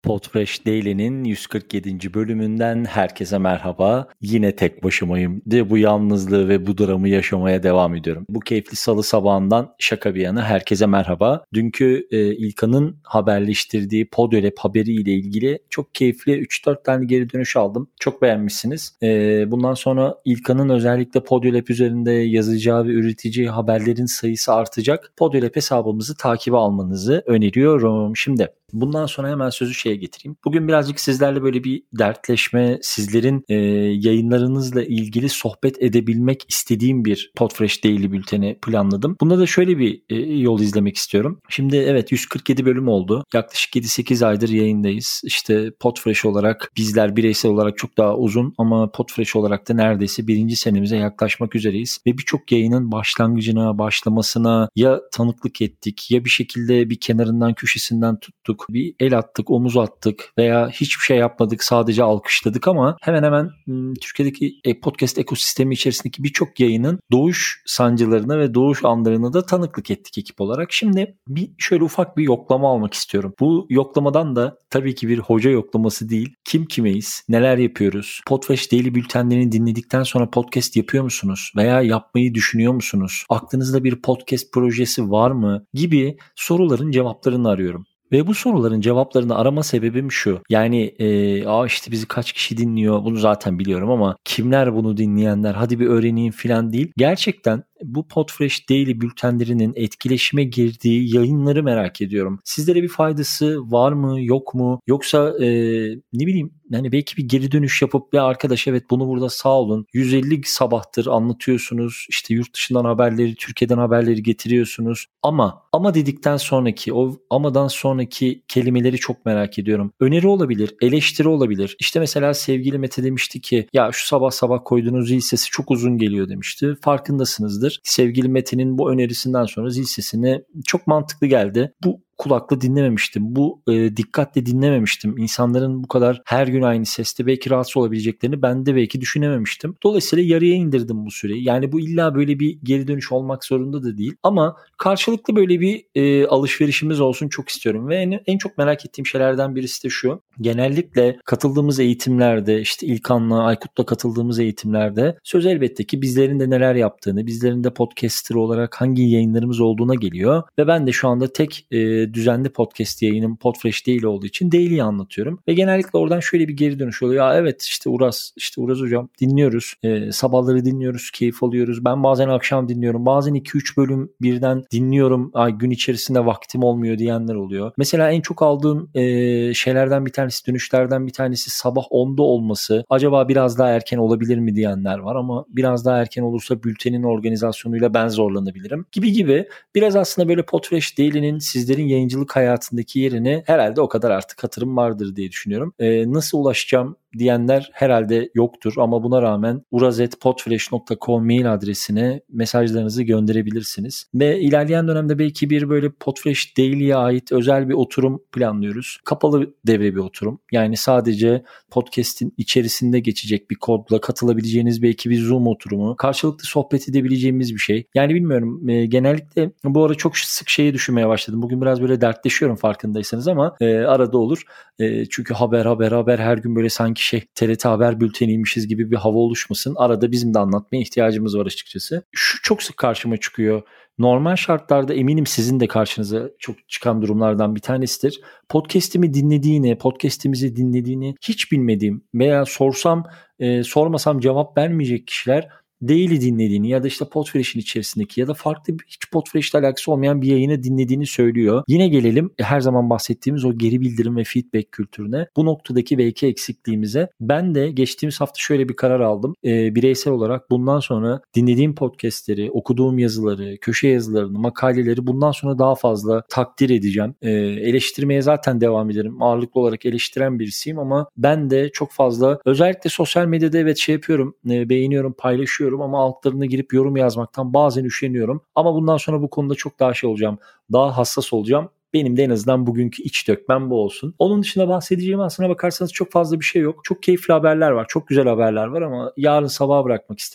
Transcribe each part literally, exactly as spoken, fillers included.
Podfresh Daily'nin yüz kırk yedinci bölümünden herkese merhaba. Yine tek başımayım. De bu yalnızlığı ve bu dramı yaşamaya devam ediyorum. Bu keyifli salı sabahından şaka bir yana herkese merhaba. Dünkü e, İlkan'ın haberleştirdiği Podyolab haberiyle ilgili çok keyifli üç dört tane geri dönüş aldım. Çok beğenmişsiniz. E, bundan sonra İlkan'ın özellikle Podyolab üzerinde yazacağı ve üreteceği haberlerin sayısı artacak. Podyolab hesabımızı takibe almanızı öneriyorum. Şimdi bundan sonra hemen sözü şeye getireyim. Bugün birazcık sizlerle böyle bir dertleşme, sizlerin e, yayınlarınızla ilgili sohbet edebilmek istediğim bir Podfresh Daily bülteni planladım. Bunda da şöyle bir e, yol izlemek istiyorum. Şimdi evet yüz kırk yedi bölüm oldu. Yaklaşık yedi sekiz aydır yayındayız. İşte Podfresh olarak bizler bireysel olarak çok daha uzun ama Podfresh olarak da neredeyse birinci senemize yaklaşmak üzereyiz. Ve birçok yayının başlangıcına, başlamasına ya tanıklık ettik ya bir şekilde bir kenarından köşesinden tuttuk. Bir el attık, omuz attık veya hiçbir şey yapmadık, sadece alkışladık ama hemen hemen Türkiye'deki podcast ekosistemi içerisindeki birçok yayının doğuş sancılarına ve doğuş anlarına da tanıklık ettik ekip olarak. Şimdi bir şöyle ufak bir yoklama almak istiyorum. Bu yoklamadan da tabii ki bir hoca yoklaması değil. Kim kimeyiz? Neler yapıyoruz? Podfresh Daily bültenlerini dinledikten sonra podcast yapıyor musunuz? Veya yapmayı düşünüyor musunuz? Aklınızda bir podcast projesi var mı? Gibi soruların cevaplarını arıyorum. Ve bu soruların cevaplarını arama sebebim şu. Yani e, Aa işte bizi kaç kişi dinliyor bunu zaten biliyorum ama kimler bunu dinleyenler hadi bir öğreneyim falan değil. Gerçekten bu Podfresh Daily bültenlerinin etkileşime girdiği yayınları merak ediyorum. Sizlere bir faydası var mı yok mu? Yoksa e, ne bileyim yani belki bir geri dönüş yapıp ya arkadaş evet bunu burada sağ olun yüz elli sabahtır anlatıyorsunuz. İşte yurt dışından haberleri, Türkiye'den haberleri getiriyorsunuz. Ama ama dedikten sonraki o amadan sonraki kelimeleri çok merak ediyorum. Öneri olabilir, eleştiri olabilir. İşte mesela sevgili Mete demişti ki ya şu sabah sabah koyduğunuz zil sesi çok uzun geliyor demişti. Farkındasınızdır. Sevgili Metin'in bu önerisinden sonra zil sesine çok mantıklı geldi. Bu kulakla dinlememiştim. Bu e, dikkatle dinlememiştim. İnsanların bu kadar her gün aynı seste belki rahatsız olabileceklerini ben de belki düşünememiştim. Dolayısıyla yarıya indirdim bu süreyi. Yani bu illa böyle bir geri dönüş olmak zorunda da değil. Ama karşılıklı böyle bir e, alışverişimiz olsun çok istiyorum. Ve en, en çok merak ettiğim şeylerden birisi de şu. Genellikle katıldığımız eğitimlerde işte İlkan'la, Aykut'la katıldığımız eğitimlerde söz elbette ki bizlerin de neler yaptığını, bizlerin de podcaster olarak hangi yayınlarımız olduğuna geliyor. Ve ben de şu anda tek e, düzenli podcast yayınım Podfresh Daily olduğu için Daily'yi anlatıyorum. Ve genellikle oradan şöyle bir geri dönüş oluyor. Ya evet işte Uras, işte Uras hocam dinliyoruz. E, sabahları dinliyoruz, keyif alıyoruz. Ben bazen akşam dinliyorum. Bazen iki üç bölüm birden dinliyorum. Ay gün içerisinde vaktim olmuyor diyenler oluyor. Mesela en çok aldığım e, şeylerden bir tanesi, dönüşlerden bir tanesi sabah onda olması. Acaba biraz daha erken olabilir mi diyenler var ama biraz daha erken olursa bültenin organizasyonuyla ben zorlanabilirim. Gibi gibi. Biraz aslında böyle Podfresh Daily'nin sizlerin yayıncılık hayatındaki yerini herhalde o kadar artık hatırım vardır diye düşünüyorum. Ee, nasıl ulaşacağım diyenler herhalde yoktur ama buna rağmen uraz at podfresh nokta com mail adresine mesajlarınızı gönderebilirsiniz. Ve ilerleyen dönemde belki bir böyle Podfresh Daily'ye ait özel bir oturum planlıyoruz. Kapalı devre bir oturum. Yani sadece podcast'in içerisinde geçecek bir kodla katılabileceğiniz belki bir Zoom oturumu. Karşılıklı sohbet edebileceğimiz bir şey. Yani bilmiyorum e, genellikle bu ara çok sık şeyi düşünmeye başladım. Bugün biraz böyle dertleşiyorum farkındaysanız ama e, arada olur. E, çünkü haber haber haber her gün böyle sanki şey T R T haber bülteniymişiz gibi bir hava oluşmasın. Arada bizim de anlatmaya ihtiyacımız var açıkçası. Şu çok sık karşıma çıkıyor. Normal şartlarda eminim sizin de karşınıza çok çıkan durumlardan bir tanesidir. Podcast'imi dinlediğini, podcast'imizi dinlediğini hiç bilmediğim veya sorsam, e, sormasam cevap vermeyecek kişiler Daily dinlediğini ya da işte Podfresh'in içerisindeki ya da farklı bir, hiç Podfresh'le alakası olmayan bir yayını dinlediğini söylüyor. Yine gelelim her zaman bahsettiğimiz o geri bildirim ve feedback kültürüne. Bu noktadaki belki eksikliğimize. Ben de geçtiğimiz hafta şöyle bir karar aldım. E, bireysel olarak bundan sonra dinlediğim podcastleri, okuduğum yazıları, köşe yazılarını, makaleleri bundan sonra daha fazla takdir edeceğim. E, eleştirmeye zaten devam ederim. Ağırlıklı olarak eleştiren birisiyim ama ben de çok fazla özellikle sosyal medyada evet şey yapıyorum, e, beğeniyorum, paylaşıyorum ama altlarına girip yorum yazmaktan bazen üşeniyorum. Ama bundan sonra bu konuda çok daha şey olacağım. Daha hassas olacağım. Benim de en azından bugünkü iç dökmem bu olsun. Onun dışında bahsedeceğim aslına bakarsanız çok fazla bir şey yok. Çok keyifli haberler var. Çok güzel haberler var ama yarın sabaha bırakmak istedim.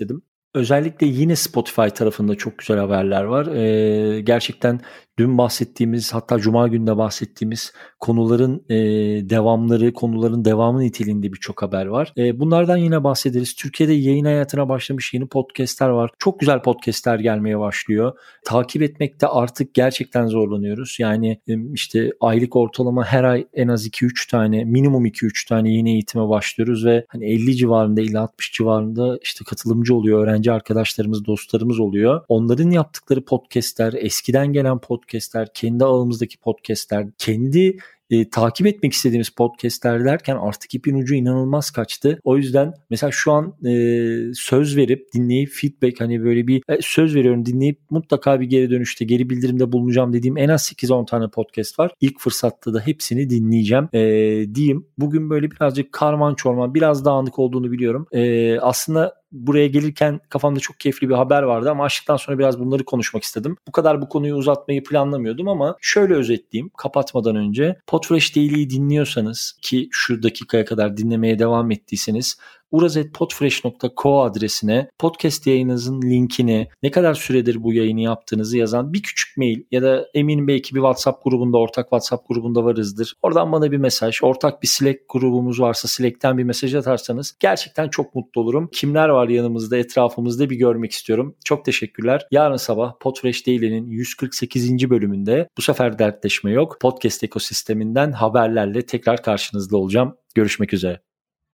Özellikle yine Spotify tarafında çok güzel haberler var. Ee, gerçekten dün bahsettiğimiz, hatta Cuma günü de bahsettiğimiz konuların e, devamları, konuların devamı niteliğinde birçok haber var. E, bunlardan yine bahsederiz. Türkiye'de yayın hayatına başlamış yeni podcastler var. Çok güzel podcastler gelmeye başlıyor. Takip etmekte artık gerçekten zorlanıyoruz. Yani e, işte aylık ortalama her ay en az iki üç tane, minimum iki üç tane yeni eğitime başlıyoruz ve hani elli civarında, elli altmış civarında işte katılımcı oluyor, öğrenci arkadaşlarımız, dostlarımız oluyor. Onların yaptıkları podcastler, eskiden gelen podcastler, kendi ağımızdaki podcastler, kendi E, takip etmek istediğimiz podcastler derken artık ipin ucu inanılmaz kaçtı. O yüzden mesela şu an e, söz verip dinleyip feedback, hani böyle bir e, söz veriyorum, dinleyip mutlaka bir geri dönüşte, geri bildirimde bulunacağım dediğim en az sekiz on tane podcast var. İlk fırsatta da hepsini dinleyeceğim e, diyeyim. Bugün böyle birazcık karman çorman, biraz dağınık olduğunu biliyorum. E, aslında buraya gelirken kafamda çok keyifli bir haber vardı ama açtıktan sonra biraz bunları konuşmak istedim. Bu kadar bu konuyu uzatmayı planlamıyordum ama şöyle özetleyeyim kapatmadan önce. Podfresh Daily'yi dinliyorsanız, ki şu dakikaya kadar dinlemeye devam ettiyseniz, uraz at podfresh nokta co adresine podcast yayınınızın linkini, ne kadar süredir bu yayını yaptığınızı yazan bir küçük mail ya da eminim belki bir WhatsApp grubunda, ortak WhatsApp grubunda varızdır. Oradan bana bir mesaj, ortak bir Slack grubumuz varsa Slack'ten bir mesaj atarsanız gerçekten çok mutlu olurum. Kimler var yanımızda, etrafımızda bir görmek istiyorum. Çok teşekkürler. Yarın sabah Podfresh Daily'nin yüz kırk sekizinci bölümünde, bu sefer dertleşme yok, podcast ekosisteminden haberlerle tekrar karşınızda olacağım. Görüşmek üzere.